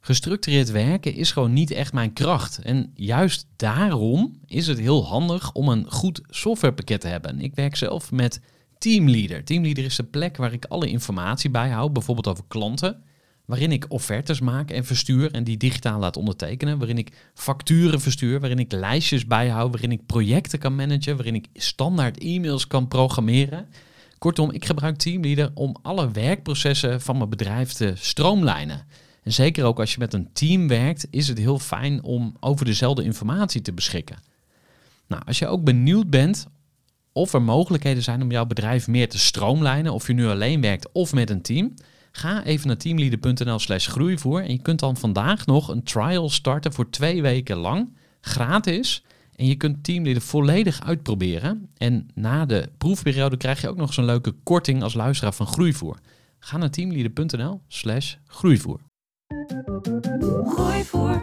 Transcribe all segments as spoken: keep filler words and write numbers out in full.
Gestructureerd werken is gewoon niet echt mijn kracht. En juist daarom is het heel handig om een goed softwarepakket te hebben. Ik werk zelf met Teamleader. Teamleader is de plek waar ik alle informatie bijhoud, bijvoorbeeld over klanten, waarin ik offertes maak en verstuur en die digitaal laat ondertekenen, waarin ik facturen verstuur, waarin ik lijstjes bijhoud, waarin ik projecten kan managen, waarin ik standaard e-mails kan programmeren. Kortom, ik gebruik Teamleader om alle werkprocessen van mijn bedrijf te stroomlijnen. En zeker ook als je met een team werkt, is het heel fijn om over dezelfde informatie te beschikken. Nou, als je ook benieuwd bent of er mogelijkheden zijn om jouw bedrijf meer te stroomlijnen, of je nu alleen werkt of met een team, ga even naar teamleader.nl slash groeivoer en je kunt dan vandaag nog een trial starten voor twee weken lang, gratis. En je kunt Teamleader volledig uitproberen. En na de proefperiode krijg je ook nog eens een leuke korting als luisteraar van Groeivoer. Ga naar teamleader.nl slash groeivoer. Groeivoer.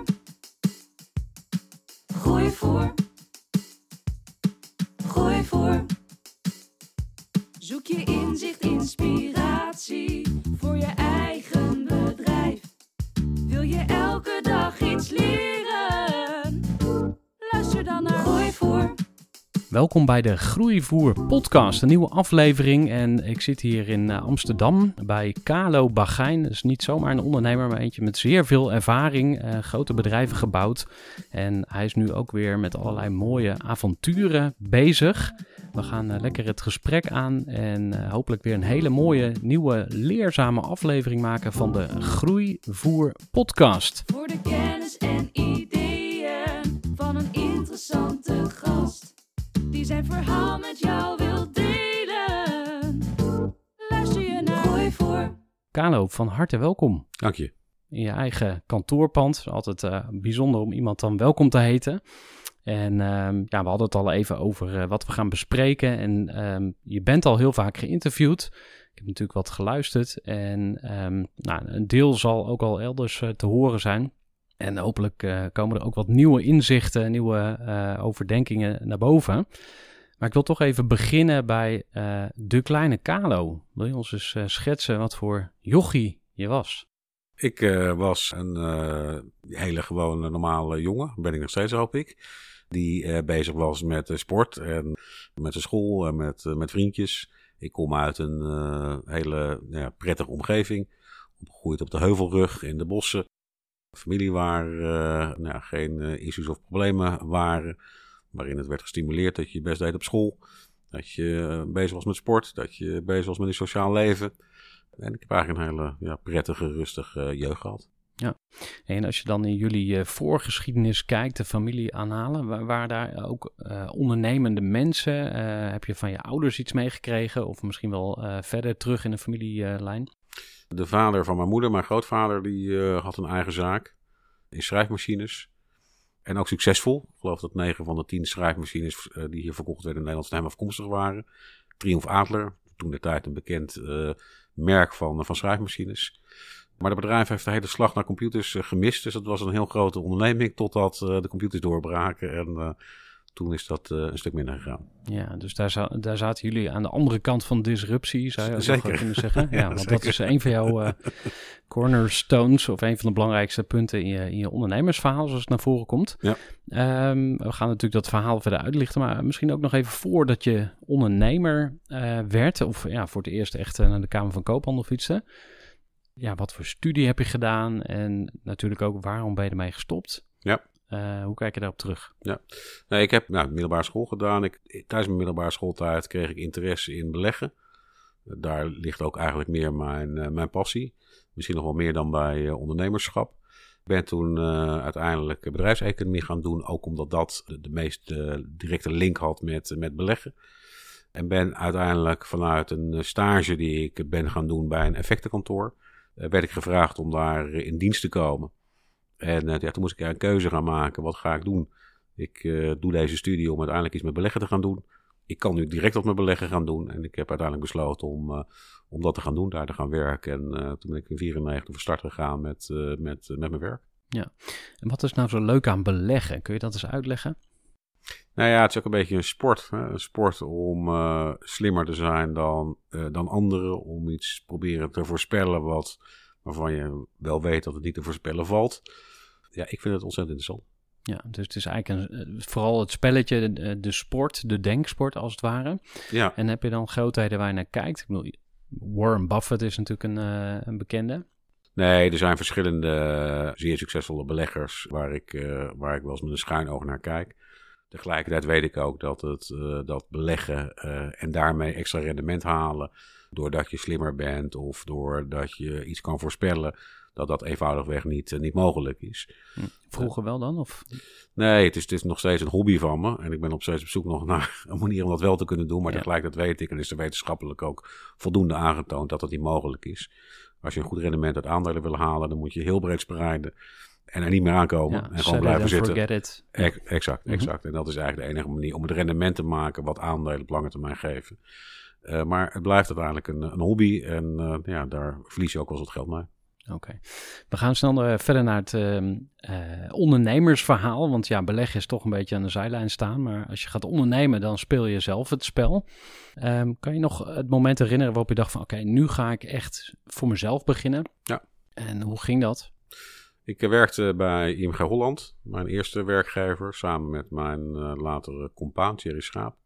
Groeivoer. Groeivoer. Zoek je inzicht, inspiratie voor je eigen bedrijf. Wil je elke dag iets leren? Luister dan naar Groeivoer. Welkom bij de Groeivoer podcast, een nieuwe aflevering. En ik zit hier in Amsterdam bij Carlo Bagijn. Dat is niet zomaar een ondernemer, maar eentje met zeer veel ervaring. Uh, grote bedrijven gebouwd. En hij is nu ook weer met allerlei mooie avonturen bezig. We gaan uh, lekker het gesprek aan en uh, hopelijk weer een hele mooie, nieuwe, leerzame aflevering maken van de Groeivoer podcast. Voor de kennis en ideeën van een interessante gast die zijn verhaal met jou wil delen. Luister je naar Groeivoer. Carlo, van harte welkom. Dank je. In je eigen kantoorpand. Het is altijd uh, bijzonder om iemand dan welkom te heten. En um, ja, we hadden het al even over uh, wat we gaan bespreken. En um, je bent al heel vaak geïnterviewd. Ik heb natuurlijk wat geluisterd. En um, nou, een deel zal ook al elders uh, te horen zijn. En hopelijk uh, komen er ook wat nieuwe inzichten, nieuwe uh, overdenkingen naar boven. Maar ik wil toch even beginnen bij uh, de kleine Carlo. Wil je ons eens uh, schetsen wat voor jochie je was? Ik uh, was een uh, hele gewone normale jongen, ben ik nog steeds hoop ik. Die uh, bezig was met uh, sport en met de school en met, uh, met vriendjes. Ik kom uit een uh, hele uh, prettige omgeving. Opgegroeid op de heuvelrug in de bossen. Familie waar uh, nou, geen uh, issues of problemen waren. Waarin het werd gestimuleerd dat je je best deed op school. Dat je uh, bezig was met sport. Dat je bezig was met een sociaal leven. En ik heb eigenlijk een hele ja, prettige, rustige uh, jeugd gehad. Ja, en als je dan in jullie uh, voorgeschiedenis kijkt, de familie aanhalen, waar, waar daar ook uh, ondernemende mensen, uh, heb je van je ouders iets meegekregen of misschien wel uh, verder terug in de familielijn? Uh, de vader van mijn moeder, mijn grootvader, die uh, had een eigen zaak in schrijfmachines. En ook succesvol. Ik geloof dat negen van de tien schrijfmachines uh, die hier verkocht werden in Nederland van hem afkomstig waren. Triumph Adler, toen de tijd een bekend uh, merk van, van schrijfmachines. Maar het bedrijf heeft de hele slag naar computers uh, gemist. Dus dat was een heel grote onderneming totdat uh, de computers doorbraken. En uh, toen is dat uh, een stuk minder gegaan. Ja, dus daar, za- daar zaten jullie aan de andere kant van disruptie, zou je ook Zeker. nog kunnen zeggen. Ja, Ja, want zeker. dat is een van jouw uh, cornerstones of een van de belangrijkste punten in je, in je ondernemersverhaal, zoals het naar voren komt. Ja. Um, we gaan natuurlijk dat verhaal verder uitlichten, maar misschien ook nog even voordat je ondernemer uh, werd, of ja, voor het eerst echt uh, naar de Kamer van Koophandel fietste. Ja, wat voor studie heb je gedaan en natuurlijk ook waarom ben je ermee gestopt? Ja. Uh, hoe kijk je daarop terug? Ja, nee, ik heb nou, middelbare school gedaan. Ik, tijdens mijn middelbare schooltijd kreeg ik interesse in beleggen. Daar ligt ook eigenlijk meer mijn, uh, mijn passie. Misschien nog wel meer dan bij uh, ondernemerschap. Ik ben toen uh, uiteindelijk bedrijfseconomie gaan doen. Ook omdat dat de, de meest uh, directe link had met, uh, met beleggen. En ben uiteindelijk vanuit een stage die ik ben gaan doen bij een effectenkantoor. Uh, werd ik gevraagd om daar uh, in dienst te komen. En uh, ja, toen moest ik een keuze gaan maken. Wat ga ik doen? Ik uh, doe deze studie om uiteindelijk iets met beleggen te gaan doen. Ik kan nu direct wat met beleggen gaan doen. En ik heb uiteindelijk besloten om, uh, om dat te gaan doen, daar te gaan werken. En uh, toen ben ik in vierennegentig van start gegaan met, uh, met, uh, met mijn werk. Ja, en wat is nou zo leuk aan beleggen? Kun je dat eens uitleggen? Nou ja, het is ook een beetje een sport. Hè? Een sport om uh, slimmer te zijn dan, uh, dan anderen. Om iets proberen te voorspellen wat waarvan je wel weet dat het niet te voorspellen valt. Ja, ik vind het ontzettend interessant. Ja, dus het is eigenlijk een, vooral het spelletje, de, de sport, de denksport als het ware. Ja. En heb je dan grootheden waar je naar kijkt? Ik bedoel, Warren Buffett is natuurlijk een, uh, een bekende. Nee, er zijn verschillende uh, zeer succesvolle beleggers waar ik, uh, waar ik wel eens met een schuin oog naar kijk. Tegelijkertijd weet ik ook dat, het, uh, dat beleggen uh, en daarmee extra rendement halen, doordat je slimmer bent of doordat je iets kan voorspellen, dat dat eenvoudigweg niet, uh, niet mogelijk is. Vroeger wel dan? Of? Nee, het is, het is nog steeds een hobby van me. En ik ben op steeds op zoek nog naar een manier om dat wel te kunnen doen. Maar ja. tegelijkertijd weet ik, en is er wetenschappelijk ook voldoende aangetoond dat dat niet mogelijk is. Als je een goed rendement uit aandelen wil halen, dan moet je heel breed spreiden. En er niet meer aankomen. Ja, en gewoon blijven zitten. Forget it. Ex- exact, exact. Mm-hmm. En dat is eigenlijk de enige manier om het rendement te maken wat aandelen op lange termijn geven. Uh, maar het blijft uiteindelijk een, een hobby. En uh, ja, daar verlies je ook wel eens wat geld mee. Oké. Okay. We gaan snel uh, verder naar het uh, uh, ondernemersverhaal. Want ja, beleggen is toch een beetje aan de zijlijn staan. Maar als je gaat ondernemen, dan speel je zelf het spel. Um, kan je nog het moment herinneren waarop je dacht van... oké, okay, nu ga ik echt voor mezelf beginnen. Ja. En hoe ging dat? Ik werkte bij I M G Holland, mijn eerste werkgever, samen met mijn uh, latere compaan Thierry Schaap.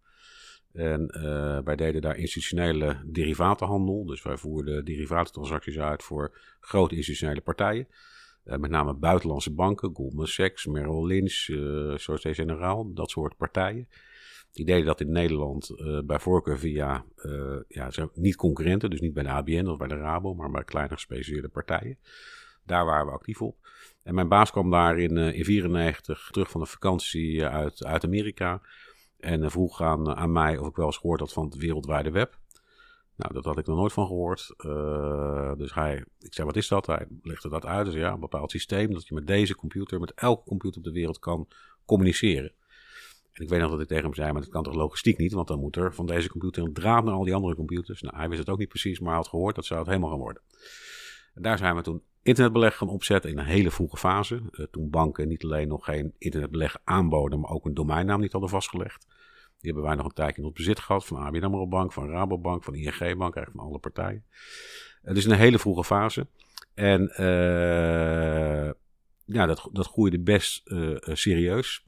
En uh, wij deden daar institutionele derivatenhandel. Dus wij voerden derivatentransacties uit voor grote institutionele partijen. Uh, met name buitenlandse banken, Goldman Sachs, Merrill Lynch, uh, Société Générale, dat soort partijen. Die deden dat in Nederland uh, bij voorkeur via, uh, ja, niet concurrenten, dus niet bij de A B N of bij de Rabo, maar bij kleine gespecialiseerde partijen. Daar waren we actief op. En mijn baas kwam daar in negentien vierennegentig terug van de vakantie uit, uit Amerika. En vroeg aan, aan mij of ik wel eens gehoord had van het wereldwijde web. Nou, dat had ik nog nooit van gehoord. Uh, dus hij, ik zei, wat is dat? Hij legde dat uit. Dus ja, een bepaald systeem dat je met deze computer, met elke computer op de wereld kan communiceren. En ik weet nog dat ik tegen hem zei, maar dat kan toch logistiek niet? Want dan moet er van deze computer een draad naar al die andere computers. Nou, hij wist het ook niet precies, maar hij had gehoord dat zou het helemaal gaan worden. En daar zijn we toen internetbeleg gaan opzetten in een hele vroege fase. Uh, toen banken niet alleen nog geen internetbeleg aanboden, maar ook een domeinnaam niet hadden vastgelegd. Die hebben wij nog een tijdje in ons bezit gehad van A B N AMRO Bank, van Rabobank, van I N G Bank, eigenlijk van alle partijen. Het is een hele vroege fase. En uh, ja, dat, dat groeide best uh, serieus.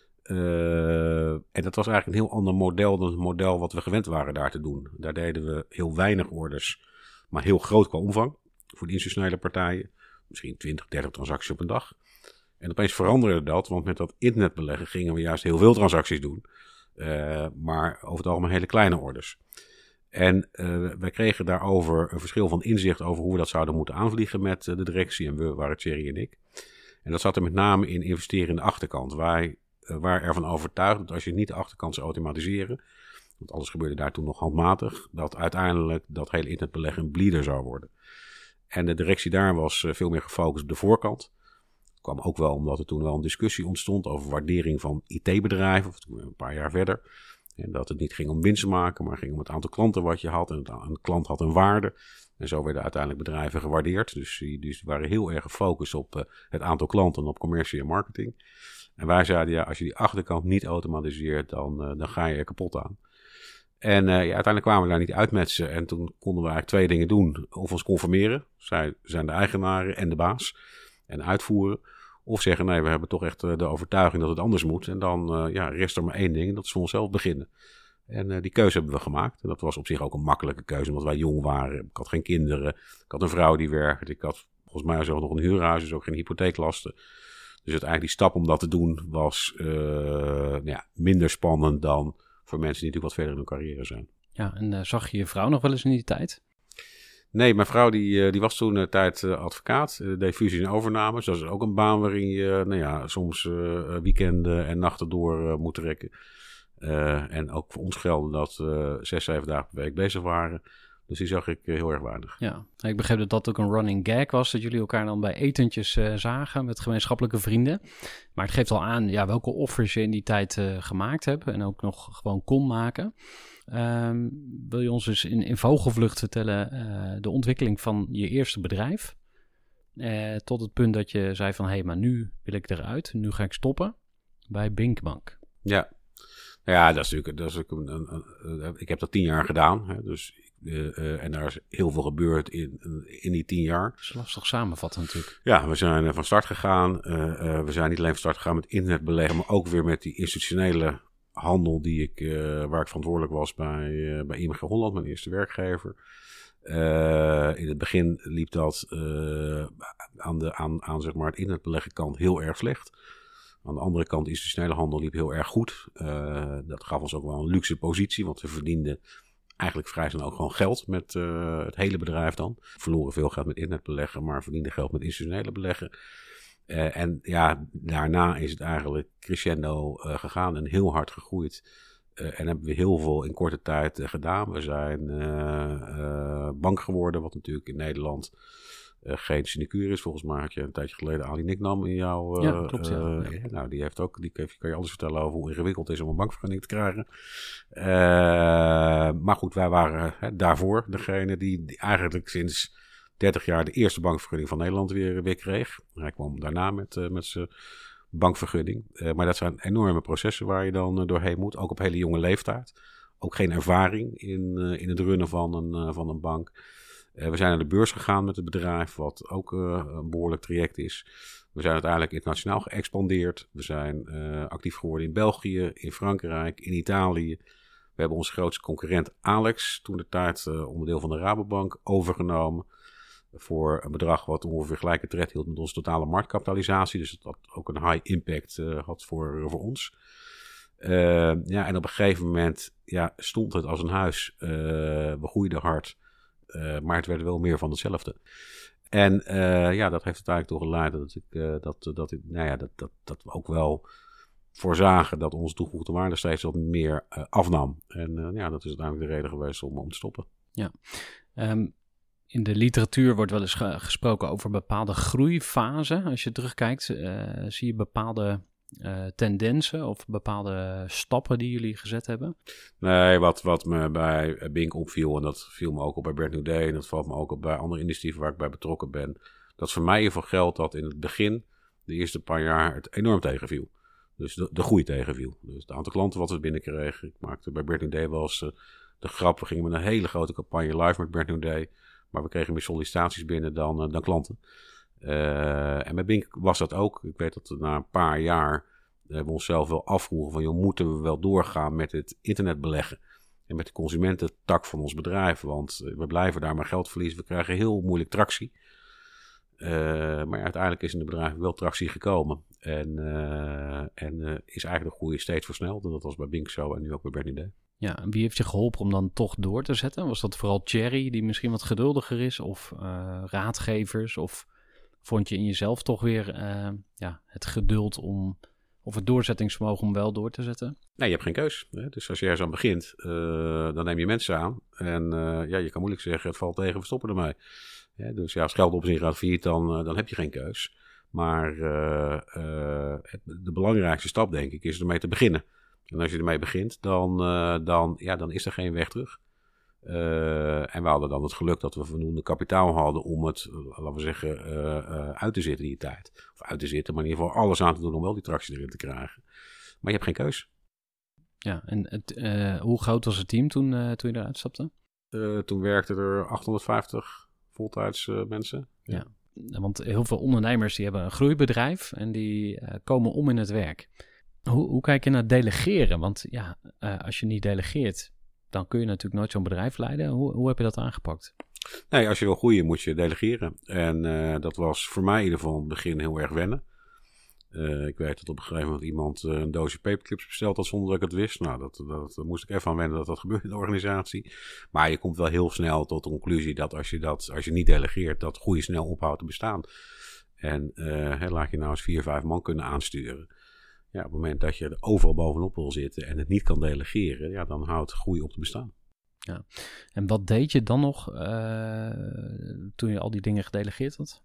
Uh, en dat was eigenlijk een heel ander model dan het model wat we gewend waren daar te doen. Daar deden we heel weinig orders, maar heel groot qua omvang. Voor de institutionele partijen. Misschien twintig, dertig transacties op een dag. En opeens veranderde dat, want met dat internetbeleggen gingen we juist heel veel transacties doen. Uh, maar over het algemeen hele kleine orders. En uh, wij kregen daarover een verschil van inzicht over hoe we dat zouden moeten aanvliegen met uh, de directie. En we waren Thierry en ik. En dat zat er met name in investeren in de achterkant. Wij uh, waren ervan overtuigd dat als je niet de achterkant zou automatiseren, want alles gebeurde daar toen nog handmatig, dat uiteindelijk dat hele internetbeleggen een bleeder zou worden. En de directie daar was uh, veel meer gefocust op de voorkant. Dat kwam ook wel omdat er toen wel een discussie ontstond over waardering van I T-bedrijven, of een paar jaar verder. En dat het niet ging om winst maken, maar ging om het aantal klanten wat je had. En het, een klant had een waarde. En zo werden uiteindelijk bedrijven gewaardeerd. Dus die, die waren heel erg gefocust op uh, het aantal klanten en op commercie en marketing. En wij zeiden, ja, als je die achterkant niet automatiseert, dan, uh, dan ga je er kapot aan. En uh, ja, uiteindelijk kwamen we daar niet uit met ze. En toen konden we eigenlijk twee dingen doen. Of ons conformeren. Zij zijn de eigenaren en de baas. En uitvoeren. Of zeggen, nee, we hebben toch echt uh, de overtuiging dat het anders moet. En dan uh, ja, rest er maar één ding. En dat is voor onszelf beginnen. En uh, die keuze hebben we gemaakt. En dat was op zich ook een makkelijke keuze. Omdat wij jong waren. Ik had geen kinderen. Ik had een vrouw die werkte. Ik had volgens mij zelfs nog een huurhuis. Dus ook geen hypotheeklasten. Dus uiteindelijk die stap om dat te doen was uh, ja, minder spannend dan voor mensen die natuurlijk wat verder in hun carrière zijn. Ja, en uh, zag je je vrouw nog wel eens in die tijd? Nee, mijn vrouw die, uh, die was toen een tijd uh, advocaat. Uh, deed fusies en overnames. Dat is ook een baan waarin je nou ja, soms uh, weekenden en nachten door uh, moet trekken. Uh, en ook voor ons gelden dat we uh, zes, zeven dagen per week bezig waren. Dus die zag ik uh, heel erg weinig. Ja, ik begreep dat dat ook een running gag was. Dat jullie elkaar dan bij etentjes uh, zagen met gemeenschappelijke vrienden. Maar het geeft al aan ja, welke offers je in die tijd uh, gemaakt hebt. En ook nog gewoon kon maken. Um, wil je ons dus in, in vogelvlucht vertellen uh, de ontwikkeling van je eerste bedrijf? Uh, tot het punt dat je zei van, hé, hey, maar nu wil ik eruit. Nu ga ik stoppen bij Binkbank. Ja, nou ja, dat is natuurlijk, dat is natuurlijk een, een, een, ik heb dat tien jaar gedaan. Hè, dus Uh, uh, en daar is heel veel gebeurd in, in die tien jaar. Dat is lastig samenvatten natuurlijk. Ja, we zijn uh, van start gegaan. Uh, uh, we zijn niet alleen van start gegaan met internetbeleggen, maar ook weer met die institutionele handel die ik, uh, waar ik verantwoordelijk was bij, uh, bij I M G Holland, mijn eerste werkgever. Uh, in het begin liep dat uh, aan, de, aan, aan zeg maar het internetbeleggen kant heel erg slecht. Aan de andere kant, de institutionele handel liep heel erg goed. Uh, dat gaf ons ook wel een luxe positie, want we verdienden eigenlijk vrij snel ook gewoon geld met uh, het hele bedrijf dan. We verloren veel geld met internetbeleggen, maar verdienden geld met institutionele beleggen. Uh, en ja, daarna is het eigenlijk crescendo uh, gegaan en heel hard gegroeid. Uh, en hebben we heel veel in korte tijd uh, gedaan. We zijn uh, uh, bank geworden, wat natuurlijk in Nederland uh, geen sinecure is. Volgens mij had je een tijdje geleden Ali Nicknam in jouw... Uh, ja, klopt. Ja. Uh, ja. Nou, die heeft ook, die kan je alles vertellen over hoe ingewikkeld het is om een bankvergunning te krijgen. Uh, maar goed, wij waren uh, daarvoor degene die, die eigenlijk sinds dertig jaar de eerste bankvergunning van Nederland weer, weer kreeg. Hij kwam daarna met, uh, met zijn bankvergunning. Uh, maar dat zijn enorme processen waar je dan uh, doorheen moet. Ook op hele jonge leeftijd. Ook geen ervaring in, uh, in het runnen van een, uh, van een bank. Uh, we zijn naar de beurs gegaan met het bedrijf, wat ook uh, een behoorlijk traject is. We zijn uiteindelijk internationaal geëxpandeerd. We zijn uh, actief geworden in België, in Frankrijk, in Italië. We hebben onze grootste concurrent Alex, toen de tijd uh, onderdeel van de Rabobank, overgenomen. Voor een bedrag wat ongeveer gelijke tred hield met onze totale marktkapitalisatie. Dus dat ook een high impact uh, had voor, voor ons. Uh, ja, en op een gegeven moment ja, stond het als een huis. Uh, we groeiden hard, uh, maar het werd wel meer van hetzelfde. En uh, ja, dat heeft uiteindelijk toch geleid dat, ik, uh, dat, dat, ik, nou ja, dat, dat, dat we ook wel voorzagen dat onze toegevoegde waarde steeds wat meer uh, afnam. En uh, ja, dat is uiteindelijk de reden geweest om, om te stoppen. Ja, um... in de literatuur wordt wel eens ge- gesproken over bepaalde groeifasen. Als je terugkijkt, uh, zie je bepaalde uh, tendensen of bepaalde stappen die jullie gezet hebben? Nee, wat, wat me bij Bink opviel, en dat viel me ook op bij Brand New Day, en dat valt me ook op bij andere initiatieven waar ik bij betrokken ben, dat voor mij in ieder geval geldt dat in het begin, de eerste paar jaar, het enorm tegenviel. Dus de, de groei tegenviel. Dus het aantal klanten wat we binnenkregen. Ik maakte bij Brand New Day wel eens uh, de grap, we gingen met een hele grote campagne live met Brand New Day. Maar we kregen meer sollicitaties binnen dan, uh, dan klanten. Uh, en bij Bink was dat ook. Ik weet dat na een paar jaar uh, we onszelf wel afvroegen van, joh, moeten we wel doorgaan met het internetbeleggen en met de consumententak van ons bedrijf, want uh, we blijven daar maar geld verliezen. We krijgen heel moeilijk tractie. Uh, maar uiteindelijk is in het bedrijf wel tractie gekomen. En, uh, en uh, is eigenlijk de groei steeds versneld. En dat was bij Bink zo en nu ook bij Brand New Day. Ja, en wie heeft je geholpen om dan toch door te zetten? Was dat vooral Thierry, die misschien wat geduldiger is? Of uh, raadgevers? Of vond je in jezelf toch weer uh, ja, het geduld om, of het doorzettingsvermogen om wel door te zetten? Nee, je hebt geen keus. Hè? Dus als je ergens aan begint, uh, dan neem je mensen aan. En uh, ja, je kan moeilijk zeggen, het valt tegen, we stoppen ermee. Ja, dus ja, als geld op zich gaat failliet, dan, uh, dan heb je geen keus. Maar uh, uh, het, de belangrijkste stap, denk ik, is ermee te beginnen. En als je ermee begint, dan, uh, dan, ja, dan is er geen weg terug. Uh, en we hadden dan het geluk dat we voldoende kapitaal hadden om het, uh, laten we zeggen, uh, uh, uit te zitten die tijd. Of uit te zitten, maar in ieder geval alles aan te doen om wel die tractie erin te krijgen. Maar je hebt geen keus. Ja, en het, uh, hoe groot was het team toen, uh, toen je eruit stapte? Uh, toen werkten er achthonderdvijftig voltijds uh, mensen. Ja. ja, want heel veel ondernemers die hebben een groeibedrijf en die uh, komen om in het werk. Hoe, hoe kijk je naar delegeren? Want ja, uh, als je niet delegeert, dan kun je natuurlijk nooit zo'n bedrijf leiden. Hoe, hoe heb je dat aangepakt? Nee, als je wil groeien moet je delegeren. En uh, dat was voor mij in ieder geval in het begin heel erg wennen. Uh, ik weet dat op een gegeven moment iemand uh, een doosje paperclips besteld had zonder dat ik het wist. Nou, dat, dat, dat moest ik even aan wennen dat dat gebeurt in de organisatie. Maar je komt wel heel snel tot de conclusie dat als je, dat, als je niet delegeert, dat groei snel ophoudt te bestaan. En uh, he, laat je nou eens vier, vijf man kunnen aansturen. Ja, op het moment dat je er overal bovenop wil zitten en het niet kan delegeren, ja, dan houdt groei op te bestaan. Ja. En wat deed je dan nog uh, toen je al die dingen gedelegeerd had?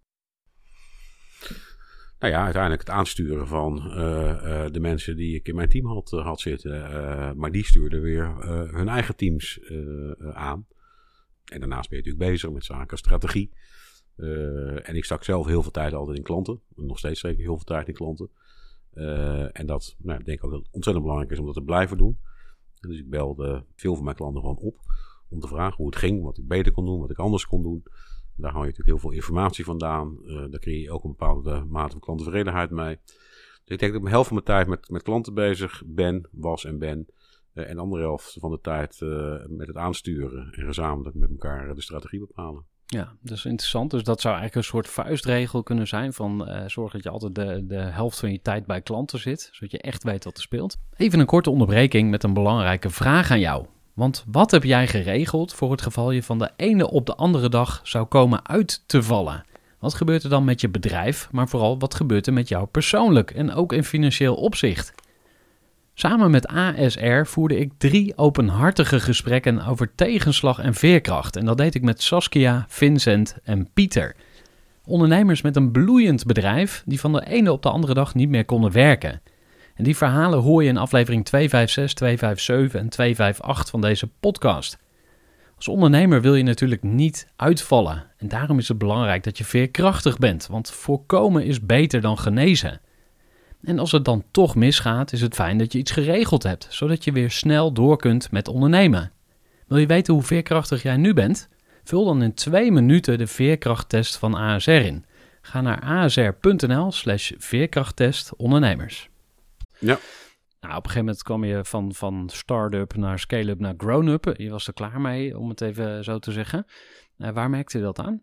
Nou ja, uiteindelijk het aansturen van uh, uh, de mensen die ik in mijn team had, uh, had zitten. Uh, maar die stuurden weer uh, hun eigen teams uh, uh, aan. En daarnaast ben je natuurlijk bezig met zaken strategie. Uh, en ik stak zelf heel veel tijd altijd in klanten. Nog steeds zeker heel veel tijd in klanten. Uh, en dat, nou, ik denk ook dat het ontzettend belangrijk is om dat te blijven doen. En dus ik belde veel van mijn klanten gewoon op. om te vragen hoe het ging, wat ik beter kon doen, wat ik anders kon doen. Daar haal je natuurlijk heel veel informatie vandaan. Uh, daar creëer je ook een bepaalde mate van klanttevredenheid mee. Dus ik denk dat ik de helft van mijn tijd met, met klanten bezig ben, was en ben. Uh, en de andere helft van de tijd uh, met het aansturen en gezamenlijk met elkaar de strategie bepalen. Ja, dat is interessant. Dus dat zou eigenlijk een soort vuistregel kunnen zijn van uh, zorg dat je altijd de, de helft van je tijd bij klanten zit, zodat je echt weet wat er speelt. Even een korte onderbreking met een belangrijke vraag aan jou. Want wat heb jij geregeld voor het geval je van de ene op de andere dag zou komen uit te vallen? Wat gebeurt er dan met je bedrijf, maar vooral wat gebeurt er met jou persoonlijk en ook in financieel opzicht? Samen met A S R voerde ik drie openhartige gesprekken over tegenslag en veerkracht. En dat deed ik met Saskia, Vincent en Pieter. Ondernemers met een bloeiend bedrijf die van de ene op de andere dag niet meer konden werken. En die verhalen hoor je in aflevering tweehonderdvijfenzestig, tweehonderdzevenenvijftig en tweehonderdachtenvijftig van deze podcast. Als ondernemer wil je natuurlijk niet uitvallen. En daarom is het belangrijk dat je veerkrachtig bent, want voorkomen is beter dan genezen. En als het dan toch misgaat, is het fijn dat je iets geregeld hebt, zodat je weer snel door kunt met ondernemen. Wil je weten hoe veerkrachtig jij nu bent? Vul dan in twee minuten de veerkrachttest van A S R in. Ga naar asr.nl slash veerkrachttest ondernemers. Ja. Nou, op een gegeven moment kwam je van, van start-up naar scale-up naar grown-up. Je was er klaar mee, om het even zo te zeggen. Uh, waar merkte je dat aan?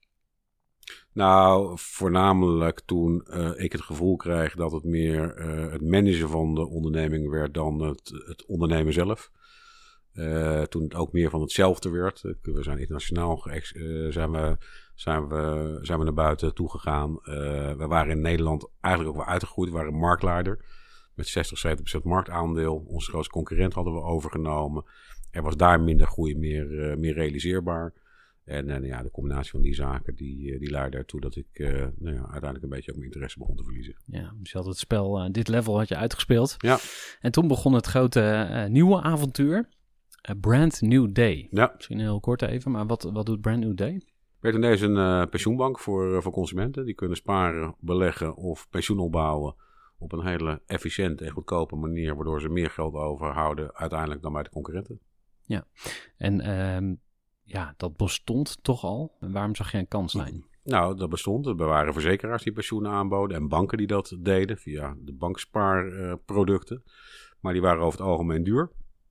Nou, voornamelijk toen uh, ik het gevoel kreeg dat het meer uh, het managen van de onderneming werd dan het, het ondernemen zelf. Uh, toen het ook meer van hetzelfde werd. We zijn internationaal geëx- uh, zijn, we, zijn, we, zijn we naar buiten toegegaan. Uh, we waren in Nederland eigenlijk ook wel uitgegroeid. We waren marktleider met zestig, zeventig procent marktaandeel. Onze grootste concurrent hadden we overgenomen. Er was daar minder groei meer, uh, meer realiseerbaar. En, en ja, de combinatie van die zaken, die, die leidde ertoe dat ik uh, nou ja, uiteindelijk een beetje ook mijn interesse begon te verliezen. Ja, dus je had het spel, uh, dit level had je uitgespeeld. Ja. En toen begon het grote uh, nieuwe avontuur, A Brand New Day. Ja. Misschien heel kort even, maar wat, wat doet Brand New Day? Brand New Day is een uh, pensioenbank voor, uh, voor consumenten. Die kunnen sparen, beleggen of pensioen opbouwen op een hele efficiënte en goedkope manier, waardoor ze meer geld overhouden uiteindelijk dan bij de concurrenten. Ja, en uh, ja, dat bestond toch al. En waarom zag je een kanslijn? Nou, dat bestond. Er waren verzekeraars die pensioenen aanboden en banken die dat deden via de bankspaarproducten. Uh, maar die waren over het algemeen duur.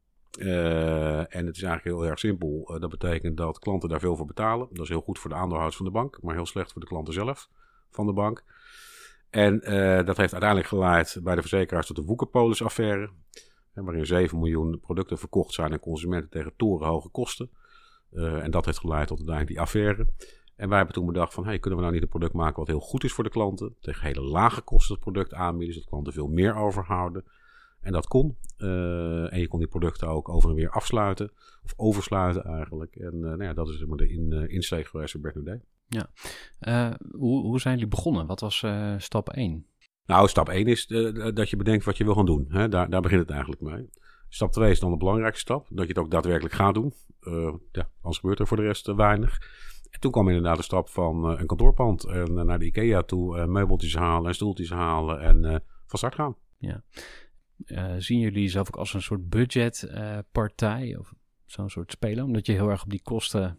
Uh, en het is eigenlijk heel erg simpel. Uh, dat betekent dat klanten daar veel voor betalen. Dat is heel goed voor de aandeelhouders van de bank, maar heel slecht voor de klanten zelf van de bank. En uh, dat heeft uiteindelijk geleid bij de verzekeraars tot de Woekerpolis-affaire. Waarin zeven miljoen producten verkocht zijn aan consumenten tegen torenhoge kosten. Uh, en dat heeft geleid tot uiteindelijk die affaire. En wij hebben toen bedacht van, hey, kunnen we nou niet een product maken wat heel goed is voor de klanten? Tegen hele lage kosten het product aanbieden, zodat klanten veel meer overhouden. En dat kon. Uh, en je kon die producten ook over en weer afsluiten. Of oversluiten eigenlijk. En uh, nou ja, dat is zeg maar de in, uh, insteek geweest van Brand New Day. Ja. Uh, hoe, hoe zijn jullie begonnen? Wat was uh, stap één? Nou, stap één is uh, dat je bedenkt wat je wil gaan doen. Hè? Daar, daar begint het eigenlijk mee. Stap twee is dan de belangrijkste stap. Dat je het ook daadwerkelijk gaat doen. Uh, ja, anders gebeurt er voor de rest uh, weinig. En toen kwam inderdaad de stap van uh, een kantoorpand. En uh, naar de IKEA toe. Uh, meubeltjes halen en stoeltjes halen. En uh, van start gaan. Ja. Uh, zien jullie zelf ook als een soort budgetpartij? Uh, of zo'n soort speler? Omdat je heel erg op die kosten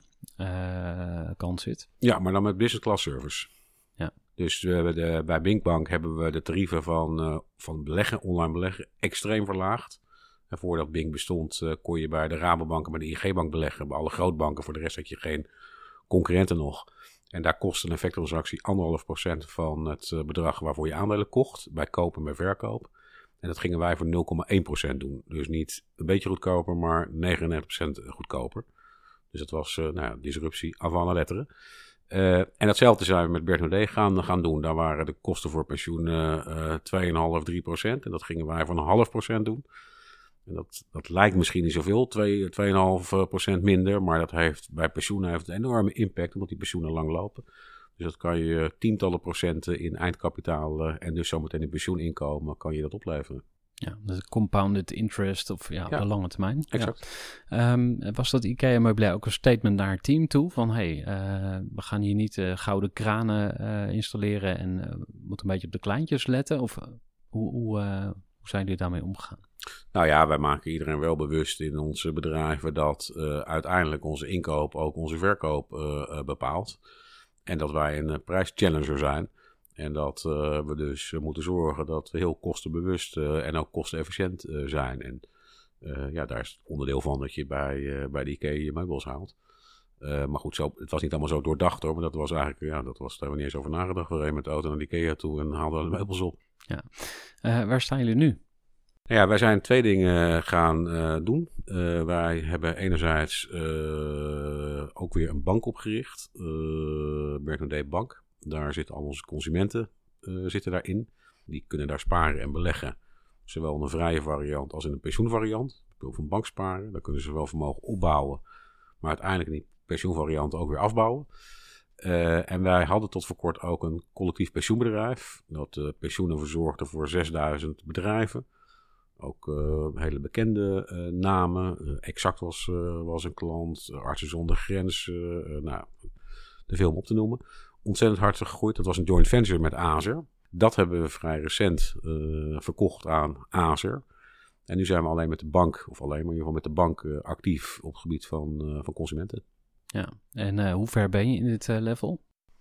uh, kant zit. Ja, maar dan met business class service. Ja. Dus uh, de, bij Binkbank hebben we de tarieven van, uh, van beleggen, online beleggen, extreem verlaagd. En voordat Bink bestond, uh, kon je bij de Rabobank en bij de I N G-bank beleggen. Bij alle grootbanken, voor de rest had je geen concurrenten nog. En daar kostte een effecttransactie anderhalf procent van het uh, bedrag waarvoor je aandelen kocht. Bij koop en bij verkoop. En dat gingen wij voor nul komma één procent doen. Dus niet een beetje goedkoper, maar negenennegentig procent goedkoper. Dus dat was uh, nou ja, disruptie avant la lettre. Uh, en datzelfde zijn we met Brand New Day gaan, gaan doen. Daar waren de kosten voor pensioen uh, twee komma vijf, drie procent. En dat gingen wij voor een half procent doen. En dat, dat lijkt misschien niet zoveel, twee komma vijf procent minder. Maar dat heeft bij pensioenen heeft een enorme impact, omdat die pensioenen lang lopen. Dus dat kan je tientallen procenten in eindkapitaal uh, en dus zometeen in pensioeninkomen kan je dat opleveren. Ja, dus compounded interest of ja, op ja. de lange termijn. Exact. Ja. Um, was dat IKEA Meubilair ook een statement naar het team toe? Van hey, uh, we gaan hier niet uh, gouden kranen uh, installeren en uh, moeten een beetje op de kleintjes letten? Of uh, hoe, hoe, uh, hoe zijn jullie daarmee omgegaan? Nou ja, wij maken iedereen wel bewust in onze bedrijven dat uh, uiteindelijk onze inkoop ook onze verkoop uh, uh, bepaalt. En dat wij een uh, prijschallenger zijn. En dat uh, we dus uh, moeten zorgen dat we heel kostenbewust uh, en ook kostenefficiënt uh, zijn. En uh, ja, daar is het onderdeel van dat je bij, uh, bij de IKEA je meubels haalt. Uh, maar goed, zo, het was niet allemaal zo doordacht hoor. Maar dat was eigenlijk, ja, dat was, daar hebben we niet eens over nagedacht. We reden met de auto naar de IKEA toe en haalden de meubels op. Ja. Uh, waar staan jullie nu? Ja, wij zijn twee dingen gaan uh, doen. Uh, wij hebben enerzijds uh, ook weer een bank opgericht. Uh, Bernardet Bank. Daar zitten al onze consumenten uh, zitten daarin. Die kunnen daar sparen en beleggen. Zowel in een vrije variant als in een pensioenvariant. Of een bank sparen. Daar kunnen ze wel vermogen opbouwen. Maar uiteindelijk in die pensioenvariant ook weer afbouwen. Uh, en wij hadden tot voor kort ook een collectief pensioenbedrijf. Dat uh, pensioenen verzorgde voor zesduizend bedrijven. Ook uh, hele bekende uh, namen. Uh, Exact was, uh, was een klant. Uh, Artsen zonder Grens. Uh, uh, nou, te veel om op te noemen. Ontzettend hard gegroeid. Dat was een joint venture met Azer. Dat hebben we vrij recent uh, verkocht aan Azer. En nu zijn we alleen met de bank, of alleen maar in ieder geval met de bank uh, actief op het gebied van, uh, van consumenten. Ja, en uh, hoe ver ben je in dit uh, level?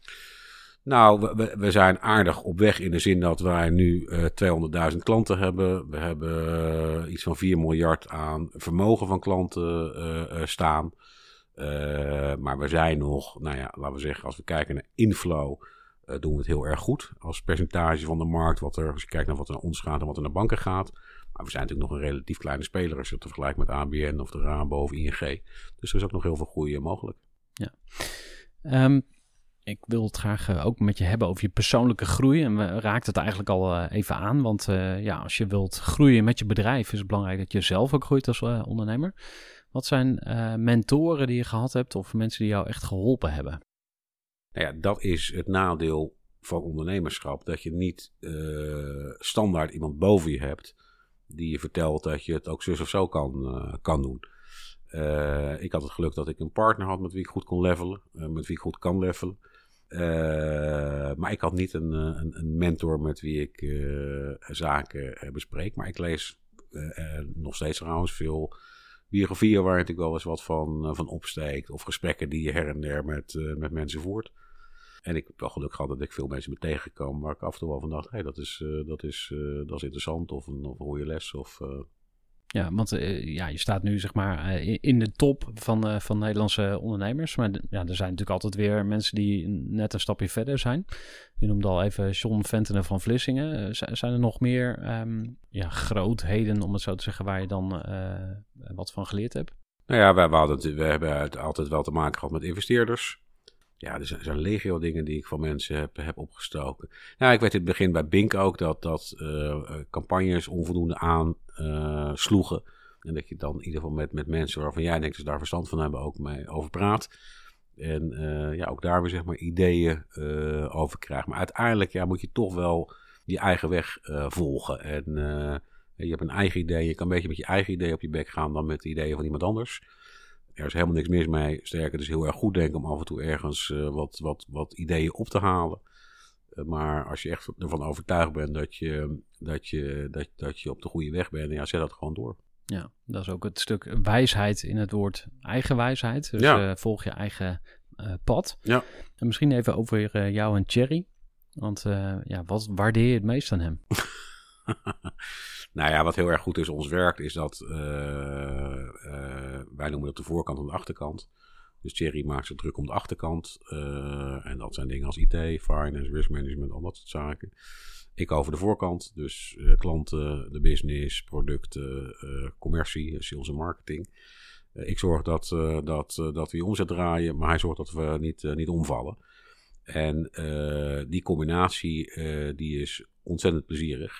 Nou, we, we zijn aardig op weg in de zin dat wij nu uh, tweehonderdduizend klanten hebben. We hebben uh, iets van vier miljard aan vermogen van klanten uh, uh, staan. Uh, maar we zijn nog, nou ja, laten we zeggen, als we kijken naar inflow, uh, doen we het heel erg goed. Als percentage van de markt, wat er, als je kijkt naar wat er naar ons gaat en wat er naar banken gaat. Maar we zijn natuurlijk nog een relatief kleine speler als je het vergelijkt met A B N of de Rabo of I N G. Dus er is ook nog heel veel groei mogelijk. Ja. Um, ik wil het graag uh, ook met je hebben over je persoonlijke groei. En we raakten het eigenlijk al uh, even aan. Want uh, ja, als je wilt groeien met je bedrijf is het belangrijk dat je zelf ook groeit als uh, ondernemer. Wat zijn uh, mentoren die je gehad hebt of mensen die jou echt geholpen hebben? Nou ja, dat is het nadeel van ondernemerschap. Dat je niet uh, standaard iemand boven je hebt die je vertelt dat je het ook zus of zo kan, uh, kan doen. Uh, ik had het geluk dat ik een partner had met wie ik goed kon levelen. Uh, met wie ik goed kan levelen. Uh, maar ik had niet een, een, een mentor met wie ik uh, zaken uh, bespreek. Maar ik lees uh, uh, nog steeds trouwens veel biografieën waar natuurlijk wel eens wat van, uh, van opsteekt. Of gesprekken die je her en der met, uh, met mensen voert. En ik heb wel geluk gehad dat ik veel mensen ben tegengekomen waar ik af en toe wel van dacht, hey, dat, is, uh, dat, is, uh, dat is interessant of een, of een goede les. Of, uh... Ja, want uh, ja, je staat nu zeg maar uh, in de top van, uh, van Nederlandse ondernemers. Maar d- ja, er zijn natuurlijk altijd weer mensen die net een stapje verder zijn. Je noemde al even John Ventenen van Vlissingen. Uh, z- zijn er nog meer um, ja, grootheden, om het zo te zeggen, waar je dan uh, wat van geleerd hebt? Nou ja, wij, we, hadden, we hebben altijd wel te maken gehad met investeerders. Ja, er zijn, er zijn legio dingen die ik van mensen heb, heb opgestoken. Nou, ik weet in het begin bij Bink ook dat, dat uh, campagnes onvoldoende aansloegen. Uh, en dat je dan in ieder geval met, met mensen waarvan jij denkt dat ze daar verstand van hebben ook mee over praat. En uh, ja, ook daar weer zeg maar ideeën uh, over krijgen. Maar uiteindelijk ja, moet je toch wel je eigen weg uh, volgen. En uh, je hebt een eigen idee. Je kan een beetje met je eigen idee op je bek gaan dan met de ideeën van iemand anders. Er is helemaal niks mis mee. Sterker, het is heel erg goed denken om af en toe ergens uh, wat, wat, wat ideeën op te halen. Uh, maar als je echt ervan overtuigd bent dat je, dat je, dat, dat je op de goede weg bent, ja, zet dat gewoon door. Ja, dat is ook het stuk wijsheid in het woord eigenwijsheid. Dus ja. uh, volg je eigen uh, pad. Ja. En misschien even over uh, jou en Thierry. Want uh, ja, wat waardeer je het meest aan hem? Nou ja, wat heel erg goed is ons werkt, is dat uh, uh, wij noemen dat de voorkant en de achterkant. Dus Thierry maakt zich druk om de achterkant. Uh, en dat zijn dingen als I T, finance, risk management, al dat soort zaken. Ik over de voorkant, dus uh, klanten, de business, producten, uh, commercie, sales en marketing. Uh, ik zorg dat, uh, dat, uh, dat we je omzet draaien, maar hij zorgt dat we niet, uh, niet omvallen. En uh, die combinatie uh, die is ontzettend plezierig.